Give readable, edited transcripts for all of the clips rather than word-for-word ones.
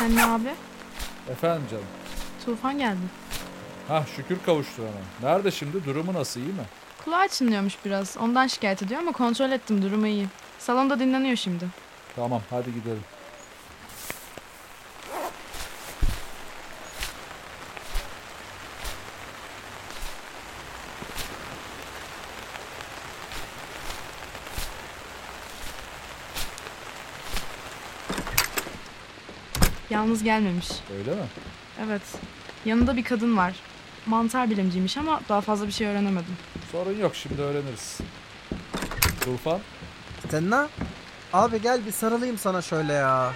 Sen ne abi? Efendim canım. Tufan geldi. Hah, şükür kavuşturana. Nerede şimdi? Durumu nasıl, iyi mi? Kulağı çınlıyormuş biraz. Ondan şikayet ediyor ama kontrol ettim, durumu iyi. Salonda dinleniyor şimdi. Tamam, hadi gidelim. Yalnız gelmemiş. Öyle mi? Evet. Yanında bir kadın var. Mantar bilimciymiş ama daha fazla bir şey öğrenemedim. Sorun yok, şimdi öğreniriz. Tufan, Stenna? Abi gel bir sarılayım sana şöyle ya.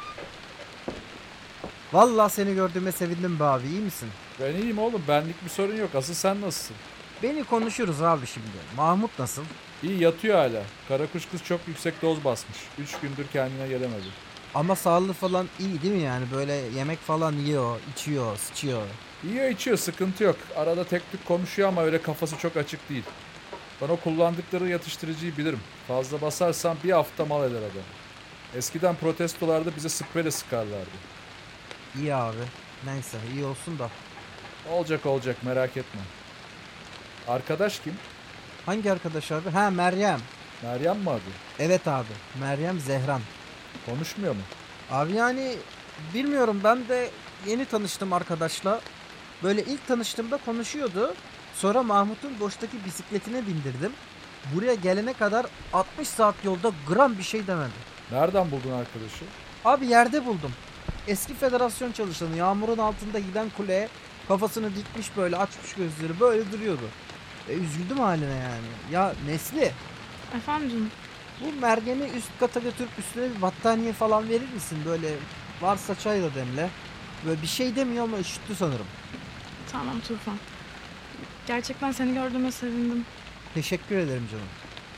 Vallahi seni gördüğüme sevindim be abi, iyi misin? ben iyiyim oğlum, benlik bir sorun yok. Asıl sen nasılsın? Beni konuşuruz abi şimdi. Mahmut nasıl? İyi, yatıyor hala. Karakuş kız çok yüksek doz basmış. 3 gündür kendine gelemedi. Ama sağlığı falan iyi değil mi yani? Böyle yemek falan yiyor, içiyor, sıçıyor. Yiyor içiyor, sıkıntı yok. Arada tek tük konuşuyor ama öyle kafası çok açık değil. Ben o kullandıkları yatıştırıcıyı bilirim. Fazla basarsan bir hafta mal eder adam. Eskiden protestolarda bize spreyle sıkarlardı. İyi abi. Neyse iyi olsun da. Olacak olacak, merak etme. Arkadaş kim? Hangi arkadaş abi? Ha, Meryem. Meryem mi adı? Evet abi. Meryem Zehran. Konuşmuyor mu? Abi yani bilmiyorum, ben de yeni tanıştım arkadaşla. Böyle ilk tanıştığımda konuşuyordu. Sonra Mahmut'un boştaki bisikletine bindirdim. Buraya gelene kadar 60 saat yolda gram bir şey demedi. Nereden buldun arkadaşı? Abi yerde buldum. Eski federasyon çalışanı, yağmurun altında giden kuleye kafasını dikmiş, böyle açmış gözleri, böyle duruyordu. Üzüldüm haline yani. Ya Nesli, Efendim canım? bu Meryem'i üst kata götürüp üstüne bir battaniye falan verir misin? Böyle varsa çay da demle. Böyle bir şey demiyor ama üşüttü sanırım. Tamam Tufan. Gerçekten seni gördüğüme sevindim. Teşekkür ederim canım.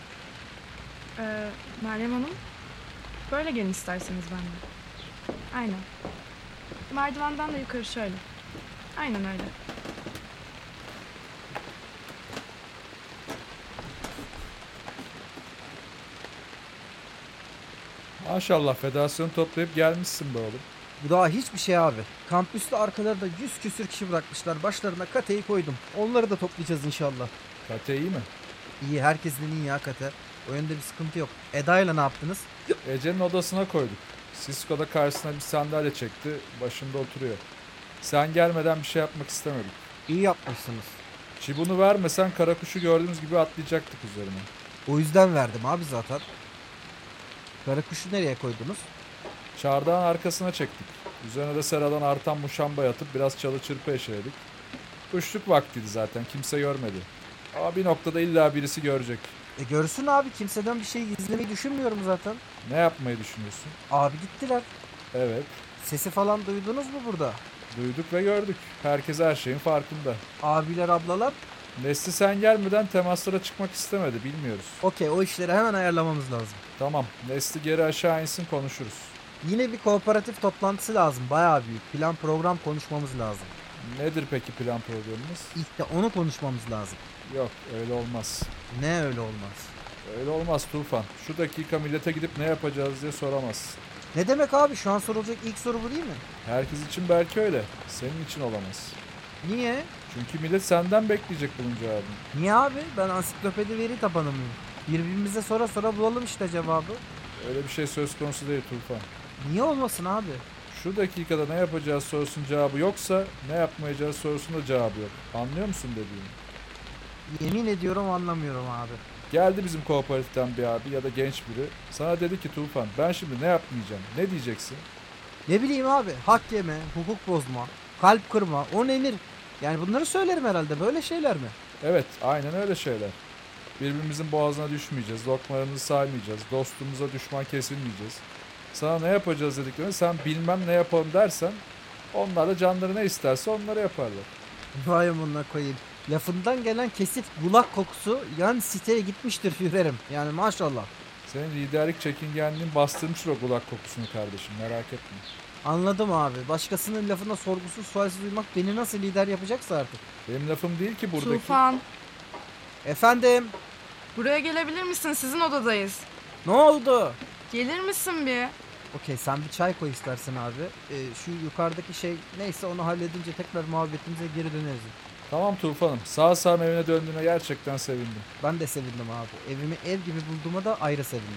Meryem Hanım, böyle gelin isterseniz benimle. Aynen. Merdivenden de yukarı şöyle. Aynen öyle. Maşallah, federasyonu toplayıp gelmişsin be oğlum. Bu daha hiçbir şey abi. Kampüste arkalarında 100 küsür kişi bırakmışlar. Başlarına kateyi koydum. Onları da toplayacağız inşallah. Kate iyi mi? İyi, herkesin iyi ya kate. O yönde bir sıkıntı yok. Eda'yla ne yaptınız? Ece'nin odasına koyduk. Sisko da karşısına bir sandalye çekti. Başında oturuyor. Sen gelmeden bir şey yapmak istemedik. İyi yapmışsınız. Çibunu vermesen karakuşu gördüğümüz gibi atlayacaktık üzerine. O yüzden verdim abi zaten. Karakuşu nereye koydunuz? Çardağın arkasına çektik. Üzerine de seradan artan muşamba yatıp biraz çalı çırpı eşeledik. Kuşluk vaktiydi zaten, kimse görmedi. Ama bir noktada illa birisi görecek. Görsün abi, kimseden bir şey gizlemeyi düşünmüyorum zaten. Ne yapmayı düşünüyorsun? Abi gittiler. Evet, Sesi falan duydunuz mu burada? duyduk ve gördük. Herkes her şeyin farkında. Abiler, ablalar. Nesli sen gelmeden temaslara çıkmak istemedi, bilmiyoruz. Okey, o işleri hemen ayarlamamız lazım. Tamam, Nesli geri aşağı insin, konuşuruz. Yine bir kooperatif toplantısı lazım. Bayağı büyük. Plan program konuşmamız lazım. Nedir peki plan programımız? İlk de onu konuşmamız lazım. Yok, öyle olmaz. Ne öyle olmaz? Öyle olmaz Tufan. Şu dakika millete gidip ne yapacağız diye soramazsın. Ne demek abi? Şu an sorulacak ilk soru bu değil mi? Herkes için belki öyle. Senin için olamaz. Niye? Çünkü millet senden bekleyecek bunun cevabını. Niye abi? Ben ansiklopedi veri tabanı mıyım? Birbirimize sonra sonra bulalım işte cevabı. Öyle bir şey söz konusu değil Tufan. Niye olmasın abi? Şu dakikada ne yapacağız sorusunun cevabı yoksa ne yapmayacağız sorusunun da cevabı yok. Anlıyor musun dediğimi? Yemin ediyorum anlamıyorum abi. Geldi bizim kooperatiften bir abi ya da genç biri. Sana dedi ki Tufan, ben şimdi ne yapmayacağım? Ne diyeceksin? Ne bileyim abi, hak yeme, hukuk bozma, kalp kırma, o nenir. Yani bunları söylerim herhalde, böyle şeyler mi? Evet, aynen öyle şeyler. Birbirimizin boğazına düşmeyeceğiz, lokmalarımızı saymayacağız, dostluğumuza düşman kesilmeyeceğiz. Sana ne yapacağız dediklerinde sen bilmem ne yapalım dersen onlar da canları ne isterse onları yaparlar. Vay amına koyayım. Lafından gelen kesif gulak kokusu yan siteye gitmiştir Führer'im. Yani maşallah. Senin liderlik çekingenliğin bastırmıştır o kulak kokusunu kardeşim, merak etme. Anladım abi. Başkasının lafına sorgusuz sualsiz uymak beni nasıl lider yapacaksa artık. Benim lafım değil ki buradaki. Tufan, Efendim? buraya gelebilir misin? Sizin odadayız. Ne oldu? Gelir misin bir? Okey, sen bir çay koy istersen abi. Şu yukarıdaki şey neyse, onu halledince tekrar muhabbetimize geri döneriz. Tamam Tufan'ım. Sağ salim evine döndüğüne gerçekten sevindim. Ben de sevindim abi. Evimi ev gibi bulduğuma da ayrı sevindim.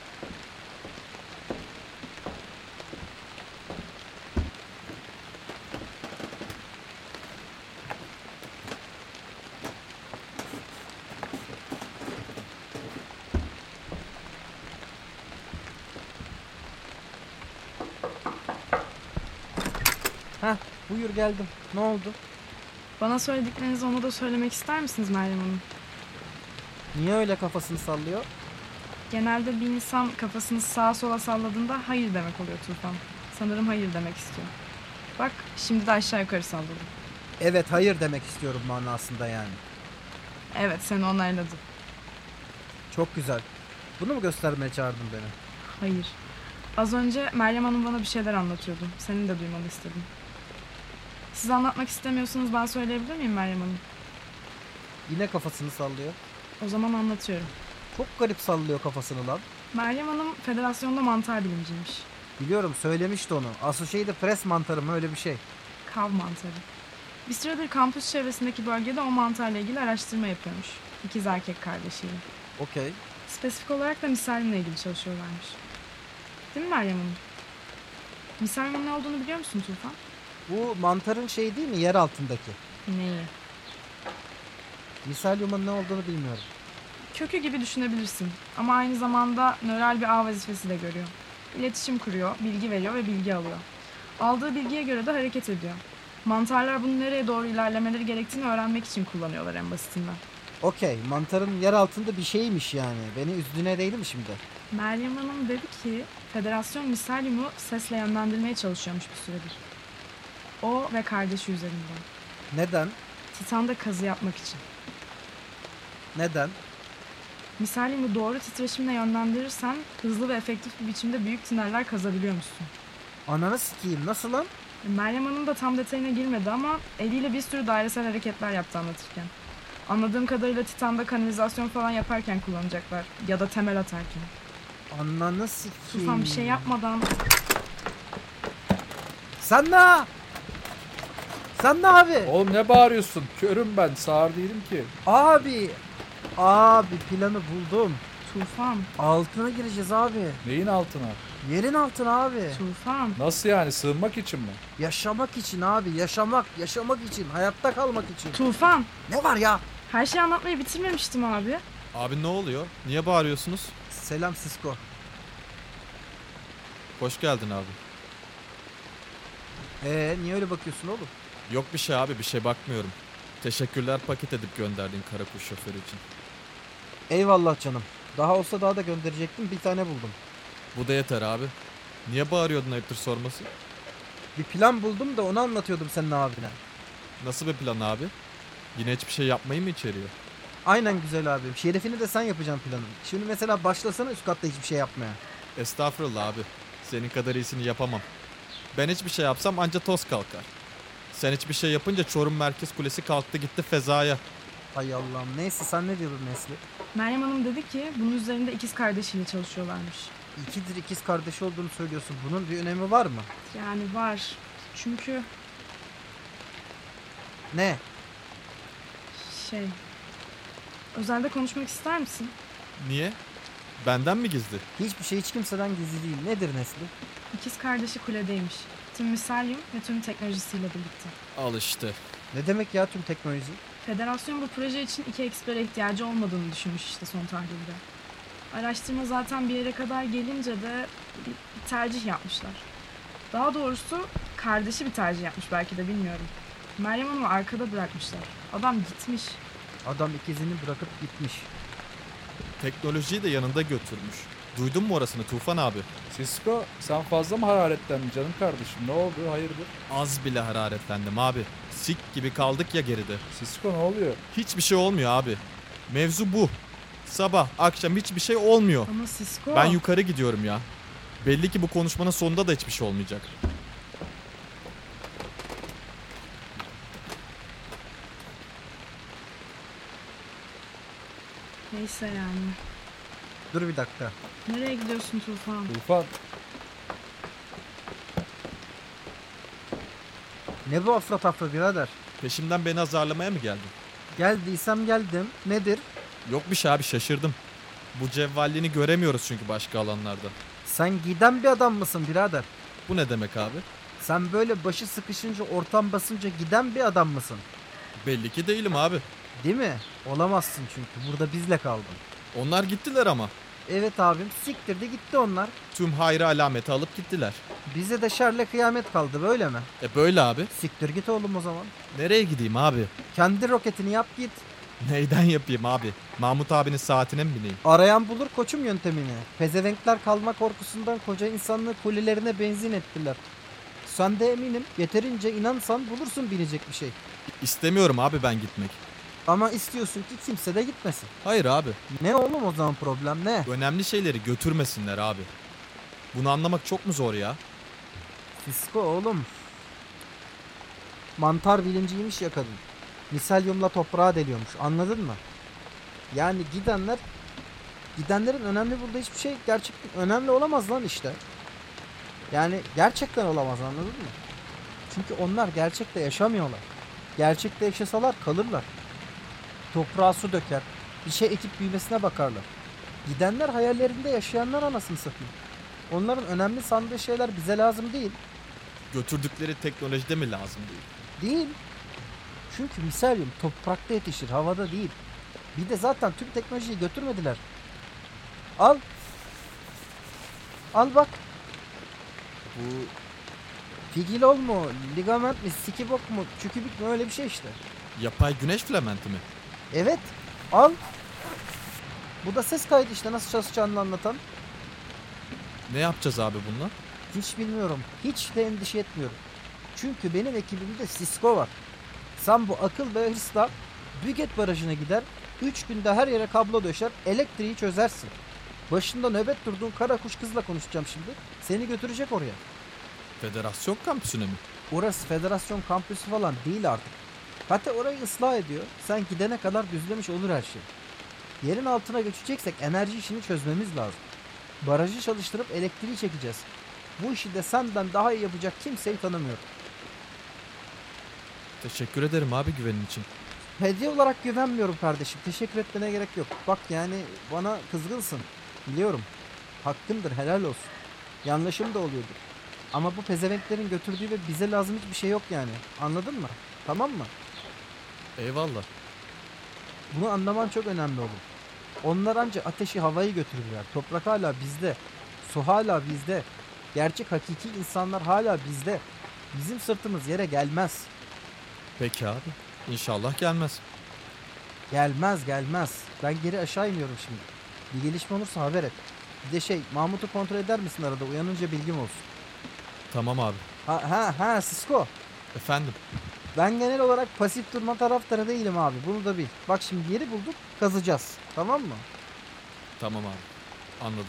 Heh, buyur geldim. Ne oldu? Bana söylediklerinizi ona da söylemek ister misiniz Meryem Hanım? Niye öyle kafasını sallıyor? Genelde bir insan kafasını sağa sola salladığında hayır demek oluyor Tufan. Sanırım hayır demek istiyor. Bak şimdi de aşağı yukarı salladım. Evet, hayır demek istiyorum manasında yani. Evet seni onayladı. Çok güzel. Bunu mu göstermeye çağırdın beni? Hayır. Az önce Meryem Hanım bana bir şeyler anlatıyordu. Senin de duymanı istedim. Siz anlatmak istemiyorsanız ben söyleyebilir miyim Meryem Hanım? Yine kafasını sallıyor. O zaman anlatıyorum. Çok garip sallıyor kafasını lan. Meryem Hanım federasyonda mantar bilimciymiş. Biliyorum, söylemişti onu. Associated Press mantarı mı, öyle bir şey. Kav mantarı. Bir süredir kampüs çevresindeki bölgede o mantarla ilgili araştırma yapıyormuş. İkiz erkek kardeşiyle. Okey. Spesifik olarak da misalimle ilgili çalışıyorlarmış. Değil mi Meryem Hanım? Misalimin ne olduğunu biliyor musun Tufan? Bu mantarın şey değil mi, yer altındaki? Neyi? Misalyumun ne olduğunu bilmiyorum. Kökü gibi düşünebilirsin. Ama aynı zamanda nöral bir ağ vazifesi de görüyor. İletişim kuruyor, bilgi veriyor ve bilgi alıyor. Aldığı bilgiye göre de hareket ediyor. Mantarlar bunu nereye doğru ilerlemeleri gerektiğini öğrenmek için kullanıyorlar en basitinden. Okey, mantarın yer altında bir şeymiş yani. Beni üzdüğüne değil mi şimdi? Meryem Hanım dedi ki federasyon misalyumu sesle yönlendirmeye çalışıyormuş bir süredir. O ve kardeşi üzerinden. Neden? Titan'da kazı yapmak için. Neden? Misalyumu doğru titreşimle yönlendirirsen hızlı ve efektif bir biçimde büyük tüneller kazabiliyormuşsun. Ananı sikeyim, nasıl lan? Meryem Hanım da tam detayına girmedi ama eliyle bir sürü dairesel hareketler yaptı anlatırken. Anladığım kadarıyla Titan'da kanalizasyon falan yaparken kullanacaklar. Ya da temel atarken. Ananı sikeyim. Tufan bir şey yapmadan... Sen ne? Sen ne abi? Oğlum ne bağırıyorsun? Körüm ben. Sağır değilim ki. Abi. Abi planı buldum. Tufan, Altına gireceğiz abi. Neyin altına? Yerin altına abi. Tufan. Nasıl yani? Sığınmak için mi? Yaşamak için abi. Yaşamak için. Hayatta kalmak için. Tufan. Ne var ya? Her şeyi anlatmayı bitirmemiştim abi. Abi ne oluyor? Niye bağırıyorsunuz? Selam Sisko. Hoş geldin abi. Niye öyle bakıyorsun oğlum? Yok bir şey abi, bir şey bakmıyorum. Teşekkürler paket edip gönderdiğin karakuş şoförü için. Eyvallah canım. Daha olsa daha da gönderecektim. Bir tane buldum. Bu da yeter abi. Niye bağırıyordun ayıptır sorması? Bir plan buldum da onu anlatıyordum senin abine. Nasıl bir plan abi? Yine hiçbir şey yapmayı mı içeriyor? Aynen güzel abim. Şerefini de sen yapacaksın planın. Şimdi mesela başlasana üst katta hiçbir şey yapmaya. Estağfurullah abi. Senin kadar iyisini yapamam. Ben hiçbir şey yapsam anca toz kalkar. Sen hiçbir şey yapınca Çorum Merkez Kulesi kalktı gitti fezaya. Hay Allah'ım. Neyse, sen ne diyordun Nesli? Meryem Hanım dedi ki bunun üzerinde ikiz kardeşiyle çalışıyorlarmış. İkidir ikiz kardeşi olduğunu söylüyorsun. Bunun bir önemi var mı? Yani var. Çünkü Ne? şey... Özelde konuşmak ister misin? Niye? Benden mi gizli? Hiçbir şey hiç kimseden gizli değil. Nedir Nesli? İkiz kardeşi kuledeymiş. Tüm misalyum ve tüm teknolojisiyle birlikte. Al işte. Ne demek ya tüm teknoloji? Federasyon bu proje için 2 ekspere ihtiyacı olmadığını düşünmüş işte son tahlilde. Araştırma zaten bir yere kadar gelince de bir tercih yapmışlar. Daha doğrusu kardeşi bir tercih yapmış belki de bilmiyorum. Meryem Hanım'ı arkada bırakmışlar. Adam gitmiş. Adam ikizini bırakıp gitmiş. Teknolojiyi de yanında götürmüş. Duydun mu orasını Tufan abi? Sisko sen fazla mı hararetlendin canım kardeşim? Ne oldu? Hayırdır? Az bile hararetlendim abi. Sik gibi kaldık ya geride. Sisko ne oluyor? Hiçbir şey olmuyor abi. Mevzu bu. Sabah, akşam hiçbir şey olmuyor. Ama Sisko... Ben yukarı gidiyorum ya. Belli ki bu konuşmanın sonunda da hiçbir şey olmayacak. Neyse yani. Dur bir dakika. Nereye gidiyorsun Tufan? Tufan Ne bu afra tafra birader? Peşimden beni azarlamaya mı geldin? Geldiysem geldim. Nedir? Yok bir şey abi, şaşırdım. Bu cevvalliğini göremiyoruz çünkü başka alanlarda. Sen giden bir adam mısın birader? Bu ne demek abi? Sen böyle başı sıkışınca, ortam basınca giden bir adam mısın? Belli ki değilim abi. Değil mi? Olamazsın çünkü. Burada bizle kaldın. Onlar gittiler ama. Evet abim, siktirdi gitti onlar. Tüm hayrı alameti alıp gittiler. Bize de şerle kıyamet kaldı, böyle mi? Böyle abi. Siktir git oğlum o zaman. Nereye gideyim abi? Kendi roketini yap git. Neyden yapayım abi? Mahmut abinin saatine mi bineyim? Arayan bulur koçum yöntemini. Pezevenkler kalma korkusundan koca insanlığı kulelerine benzin ettiler. Sen de eminim yeterince inansan bulursun binecek bir şey. İstemiyorum abi ben gitmek. Ama istiyorsun ki kimse de gitmesin. Hayır abi. Ne oğlum o zaman problem ne? Önemli şeyleri götürmesinler abi. Bunu anlamak çok mu zor ya? Fisko oğlum. Mantar bilimciymiş ya kadın. Miselyumla toprağa deliyormuş, anladın mı? Yani gidenlerin önemli burada hiçbir şey gerçekten önemli olamaz lan işte. Yani gerçekten olamaz, anladın mı? Çünkü onlar gerçekte yaşamıyorlar. Gerçekte yaşasalar kalırlar. Toprağa su döker, bir şey ekip büyümesine bakarlar. Gidenler hayallerinde yaşayanlar anasını satayım. Onların önemli sandığı şeyler bize lazım değil. Götürdükleri teknolojide mi lazım değil? Değil. Çünkü miselyum toprakta yetişir, havada değil. Bir de zaten tüm teknolojiyi götürmediler. Al. Al bak. Bu Figilol mu, ligament mi, sikibok mu, çükübük mü, öyle bir şey işte. yapay güneş filamenti mi? Evet. Al. Bu da ses kaydı işte, nasıl çalışacağını anlatan. Ne yapacağız abi bununla? Hiç bilmiyorum. Hiç de endişe etmiyorum. Çünkü benim ekibimde Cisco var. Sen bu akıl ve hırsla Büget Barajı'na gider, 3 günde her yere kablo döşer, elektriği çözersin. Başında nöbet durduğun kara kuş kızla konuşacağım şimdi. Seni götürecek oraya. Federasyon kampüsüne mi? Orası federasyon kampüsü falan değil artık. Kate orayı ıslah ediyor. Sen gidene kadar düzlemiş olur her şey. Yerin altına göçeceksek enerji işini çözmemiz lazım. Barajı çalıştırıp elektriği çekeceğiz. Bu işi de senden daha iyi yapacak kimseyi tanımıyorum. Teşekkür ederim abi güvenin için. Hediye olarak güvenmiyorum kardeşim. Teşekkür etmene gerek yok. Bak yani bana kızgınsın. Biliyorum. Hakkındır, helal olsun. Yanlışım da oluyordur. Ama bu pezevenklerin götürdüğü ve bize lazım hiçbir şey yok yani. Anladın mı? Tamam mı? Eyvallah. Bunu anlaman çok önemli oğlum. Onlar anca ateşi, havayı götürürler. Toprak hala bizde. Su hala bizde. Gerçek hakiki insanlar hala bizde. Bizim sırtımız yere gelmez. Peki abi. İnşallah gelmez. Gelmez. Ben geri aşağı iniyorum şimdi. Bir gelişme olursa haber et. Bir de Mahmut'u kontrol eder misin arada? Uyanınca bilgim olsun. Tamam abi. Ha Sisko. Efendim. Ben genel olarak pasif durma taraftarı değilim abi. Bunu da bil. Bak şimdi yeri bulduk, kazacağız. Tamam mı? Tamam abi. Anladım.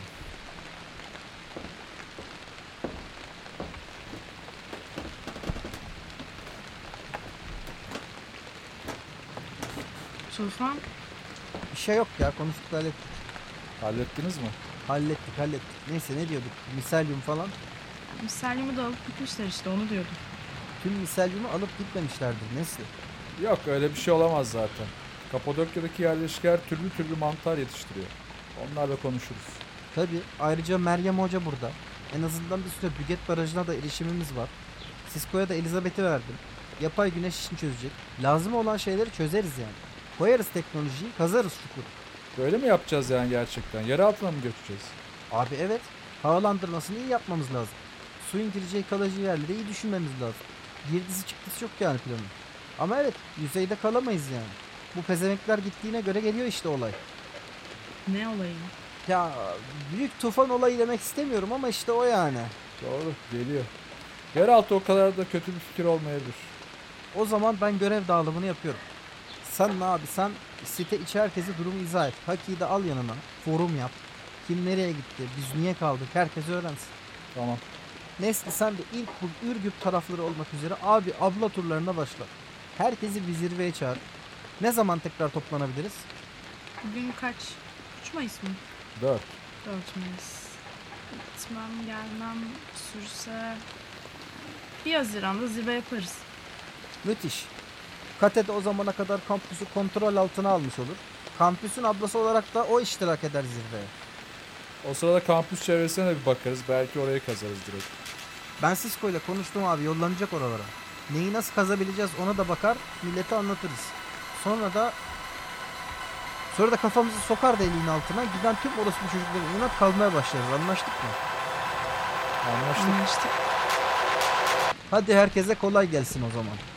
Tufan, Bir şey yok ya, konuştuk hallettik. Hallettiniz mi? Hallettik. Neyse ne diyorduk? Miselyum falan. miselyumu da alıp gitmişler işte, onu diyordum. Tüm miselyumu alıp gitmemişlerdir Nesli. Yok öyle bir şey olamaz zaten. Kapadokya'daki yerleşkeler türlü mantar yetiştiriyor. Onlarla konuşuruz. Tabi ayrıca Meryem Hoca burada. En azından bir süre Büget Barajı'na da erişimimiz var. Sisko'ya da Elizabeth'i verdim. Yapay güneş işini çözecek. Lazım olan şeyleri çözeriz yani. Koyarız teknolojiyi, kazarız çukuru. Böyle mi yapacağız yani gerçekten? Yer altına mı göçeceğiz? Abi evet. Havalandırmasını iyi yapmamız lazım. Suyun gireceği kalacağı yerleri iyi düşünmemiz lazım. Girdisi çıktısı yok yani planın. Ama evet, yüzeyde kalamayız yani. Bu pezevenkler gittiğine göre geliyor işte olay. Ne olayı? Ya büyük tufan olayı demek istemiyorum ama işte o yani. Doğru geliyor. Yeraltı o kadar da kötü bir fikir olmayabilir. O zaman ben görev dağılımını yapıyorum. Sen ne abi, sen site içi herkese durumu izah et. Haki'yi de al yanına. Forum yap. Kim nereye gitti, biz niye kaldık, herkes öğrensin. Tamam. Nesli sen de ilk bu Ürgüp tarafları olmak üzere abi abla turlarına başla. Herkesi bir zirveye çağır. Ne zaman tekrar toplanabiliriz? Bugün kaç? 3 Mayıs mı? 4. 4 Mayıs. Gitmem gelmem sürse 1 Haziran'da zirve yaparız. Müthiş. Kate de o zamana kadar kampüsü kontrol altına almış olur. Kampüsün ablası olarak da o iştirak eder zirveye. O sırada kampüs çevresine de bir bakarız. Belki orayı kazarız direkt. Ben Sisko ile konuştum abi, yollanacak oralara. Neyi nasıl kazabileceğiz ona da bakar, millete anlatırız. Sonra da kafamızı sokar deliğin altına, giden tüm orospu çocukları inat kalmaya başlarız. Anlaştık mı? Anlaştık. Anlaştık. Hadi herkese kolay gelsin o zaman.